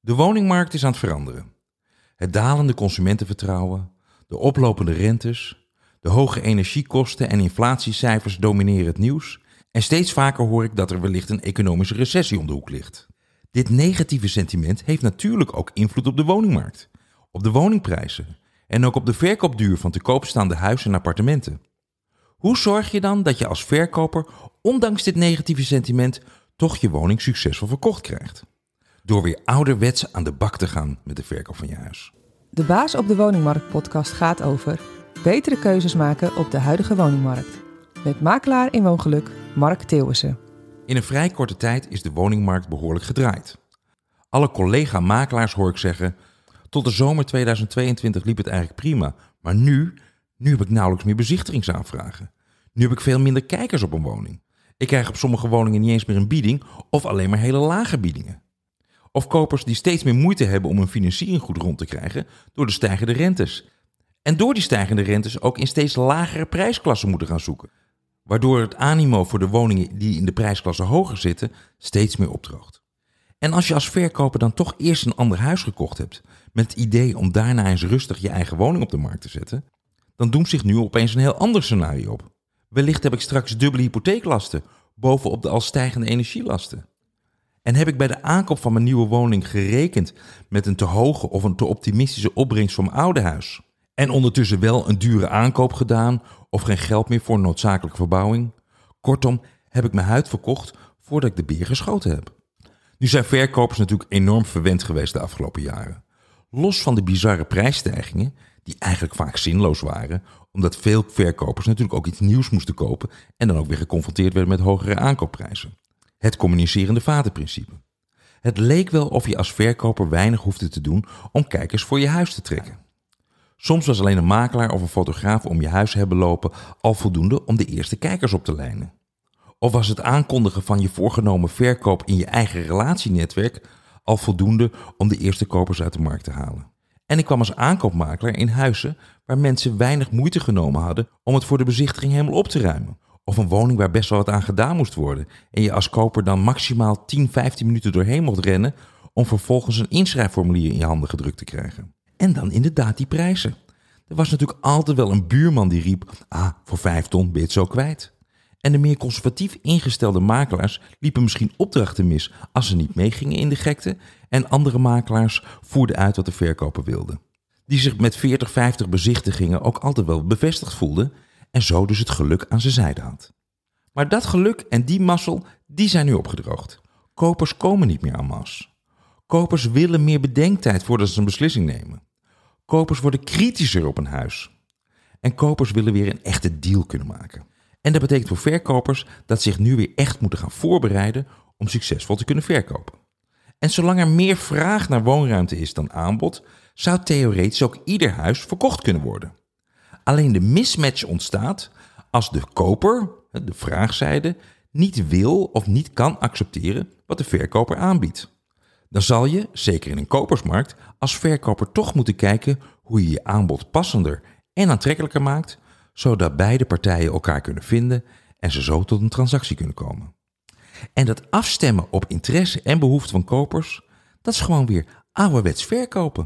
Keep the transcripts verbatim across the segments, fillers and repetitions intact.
De woningmarkt is aan het veranderen. Het dalende consumentenvertrouwen, de oplopende rentes, de hoge energiekosten en inflatiecijfers domineren het nieuws. En steeds vaker hoor ik dat er wellicht een economische recessie om de hoek ligt. Dit negatieve sentiment heeft natuurlijk ook invloed op de woningmarkt, op de woningprijzen en ook op de verkoopduur van te koop staande huizen en appartementen. Hoe zorg je dan dat je als verkoper, ondanks dit negatieve sentiment, toch je woning succesvol verkocht krijgt? Door weer ouderwets aan de bak te gaan met de verkoop van je huis. De Baas op de Woningmarkt podcast gaat over betere keuzes maken op de huidige woningmarkt. Met makelaar in woongeluk Mark Theeuwissen. In een vrij korte tijd is de woningmarkt behoorlijk gedraaid. Alle collega-makelaars hoor ik zeggen, tot de zomer tweeduizend tweeëntwintig liep het eigenlijk prima. Maar nu, nu heb ik nauwelijks meer bezichtigingsaanvragen. Nu heb ik veel minder kijkers op een woning. Ik krijg op sommige woningen niet eens meer een bieding of alleen maar hele lage biedingen. Of kopers die steeds meer moeite hebben om hun financiering goed rond te krijgen door de stijgende rentes. En door die stijgende rentes ook in steeds lagere prijsklassen moeten gaan zoeken. Waardoor het animo voor de woningen die in de prijsklasse hoger zitten steeds meer opdroogt. En als je als verkoper dan toch eerst een ander huis gekocht hebt, met het idee om daarna eens rustig je eigen woning op de markt te zetten, dan doemt zich nu opeens een heel ander scenario op. Wellicht heb ik straks dubbele hypotheeklasten, bovenop de al stijgende energielasten. En heb ik bij de aankoop van mijn nieuwe woning gerekend met een te hoge of een te optimistische opbrengst van mijn oude huis? En ondertussen wel een dure aankoop gedaan of geen geld meer voor een noodzakelijke verbouwing? Kortom, heb ik mijn huid verkocht voordat ik de beer geschoten heb. Nu zijn verkopers natuurlijk enorm verwend geweest de afgelopen jaren. Los van de bizarre prijsstijgingen, die eigenlijk vaak zinloos waren, omdat veel verkopers natuurlijk ook iets nieuws moesten kopen en dan ook weer geconfronteerd werden met hogere aankoopprijzen. Het communicerende vatenprincipe. Het leek wel of je als verkoper weinig hoefde te doen om kijkers voor je huis te trekken. Soms was alleen een makelaar of een fotograaf om je huis hebben lopen al voldoende om de eerste kijkers op te lijnen. Of was het aankondigen van je voorgenomen verkoop in je eigen relatienetwerk al voldoende om de eerste kopers uit de markt te halen. En ik kwam als aankoopmakelaar in huizen waar mensen weinig moeite genomen hadden om het voor de bezichtiging helemaal op te ruimen. Of een woning waar best wel wat aan gedaan moest worden en je als koper dan maximaal tien, vijftien minuten doorheen mocht rennen om vervolgens een inschrijfformulier in je handen gedrukt te krijgen. En dan inderdaad die prijzen. Er was natuurlijk altijd wel een buurman die riep, ah, voor vijf ton ben je het zo kwijt. En de meer conservatief ingestelde makelaars liepen misschien opdrachten mis als ze niet meegingen in de gekte en andere makelaars voerden uit wat de verkoper wilde. Die zich met veertig, vijftig bezichtigingen ook altijd wel bevestigd voelden en zo dus het geluk aan zijn zijde had. Maar dat geluk en die mazzel, die zijn nu opgedroogd. Kopers komen niet meer en masse. Kopers willen meer bedenktijd voordat ze een beslissing nemen. Kopers worden kritischer op een huis. En kopers willen weer een echte deal kunnen maken. En dat betekent voor verkopers dat ze zich nu weer echt moeten gaan voorbereiden om succesvol te kunnen verkopen. En zolang er meer vraag naar woonruimte is dan aanbod, zou theoretisch ook ieder huis verkocht kunnen worden. Alleen de mismatch ontstaat als de koper, de vraagzijde, niet wil of niet kan accepteren wat de verkoper aanbiedt. Dan zal je, zeker in een kopersmarkt, als verkoper toch moeten kijken hoe je je aanbod passender en aantrekkelijker maakt, zodat beide partijen elkaar kunnen vinden en ze zo tot een transactie kunnen komen. En dat afstemmen op interesse en behoeften van kopers, dat is gewoon weer ouderwets verkopen.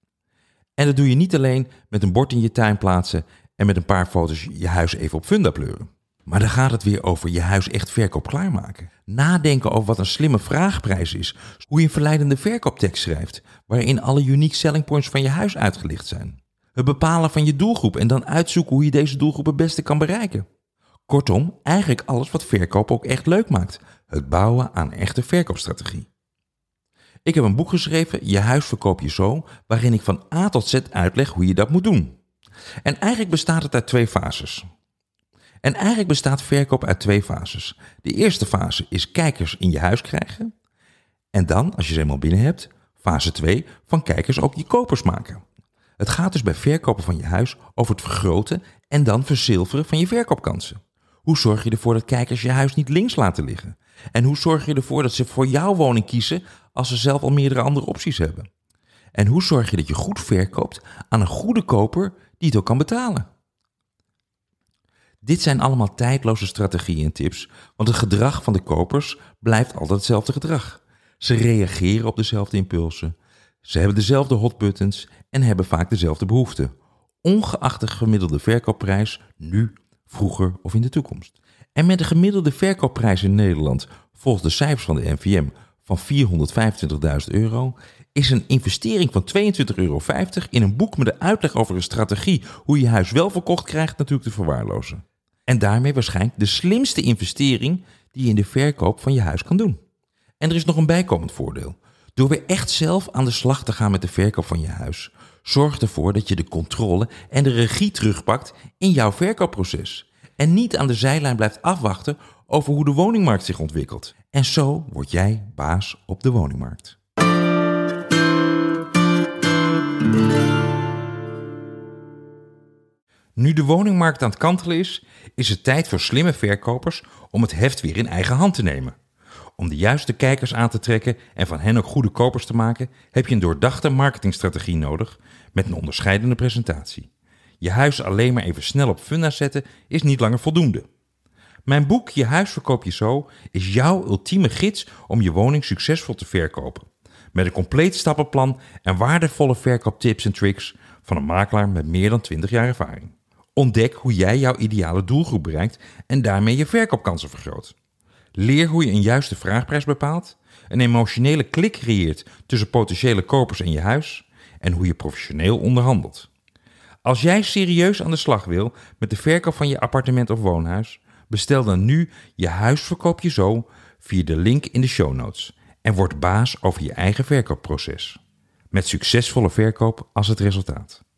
En dat doe je niet alleen met een bord in je tuin plaatsen en met een paar foto's je huis even op Funda pleuren. Maar dan gaat het weer over je huis echt verkoop klaarmaken. Nadenken over wat een slimme vraagprijs is. Hoe je een verleidende verkooptekst schrijft, waarin alle unique selling points van je huis uitgelicht zijn. Het bepalen van je doelgroep en dan uitzoeken hoe je deze doelgroep het beste kan bereiken. Kortom, eigenlijk alles wat verkoop ook echt leuk maakt. Het bouwen aan een echte verkoopstrategie. Ik heb een boek geschreven, Je huis verkoop je zo, waarin ik van A tot Z uitleg hoe je dat moet doen. En eigenlijk bestaat het uit twee fases. En eigenlijk bestaat verkoop uit twee fases. De eerste fase is kijkers in je huis krijgen. En dan, als je ze eenmaal binnen hebt, fase twee, van kijkers ook je kopers maken. Het gaat dus bij verkopen van je huis over het vergroten en dan verzilveren van je verkoopkansen. Hoe zorg je ervoor dat kijkers je huis niet links laten liggen? En hoe zorg je ervoor dat ze voor jouw woning kiezen als ze zelf al meerdere andere opties hebben? En hoe zorg je dat je goed verkoopt aan een goede koper die het ook kan betalen? Dit zijn allemaal tijdloze strategieën en tips, want het gedrag van de kopers blijft altijd hetzelfde gedrag. Ze reageren op dezelfde impulsen. Ze hebben dezelfde hotbuttons en hebben vaak dezelfde behoeften. Ongeacht de gemiddelde verkoopprijs, nu, vroeger of in de toekomst. En met de gemiddelde verkoopprijs in Nederland, volgens de cijfers van de N V M, van vierhonderdvijfentwintigduizend euro... is een investering van tweeëntwintig euro vijftig in een boek met een uitleg over een strategie hoe je huis wel verkocht krijgt natuurlijk te verwaarlozen. En daarmee waarschijnlijk de slimste investering die je in de verkoop van je huis kan doen. En er is nog een bijkomend voordeel. Door weer echt zelf aan de slag te gaan met de verkoop van je huis, zorg ervoor dat je de controle en de regie terugpakt in jouw verkoopproces. En niet aan de zijlijn blijft afwachten over hoe de woningmarkt zich ontwikkelt. En zo word jij baas op de woningmarkt. Nu de woningmarkt aan het kantelen is, is het tijd voor slimme verkopers om het heft weer in eigen hand te nemen. Om de juiste kijkers aan te trekken en van hen ook goede kopers te maken, heb je een doordachte marketingstrategie nodig met een onderscheidende presentatie. Je huis alleen maar even snel op funda zetten is niet langer voldoende. Mijn boek Je huis verkoop je zo is jouw ultieme gids om je woning succesvol te verkopen. Met een compleet stappenplan en waardevolle verkooptips en tricks van een makelaar met meer dan twintig jaar ervaring. Ontdek hoe jij jouw ideale doelgroep bereikt en daarmee je verkoopkansen vergroot. Leer hoe je een juiste vraagprijs bepaalt, een emotionele klik creëert tussen potentiële kopers en je huis en hoe je professioneel onderhandelt. Als jij serieus aan de slag wil met de verkoop van je appartement of woonhuis, bestel dan nu Je huis verkoop je zo via de link in de show notes en word baas over je eigen verkoopproces. Met succesvolle verkoop als het resultaat.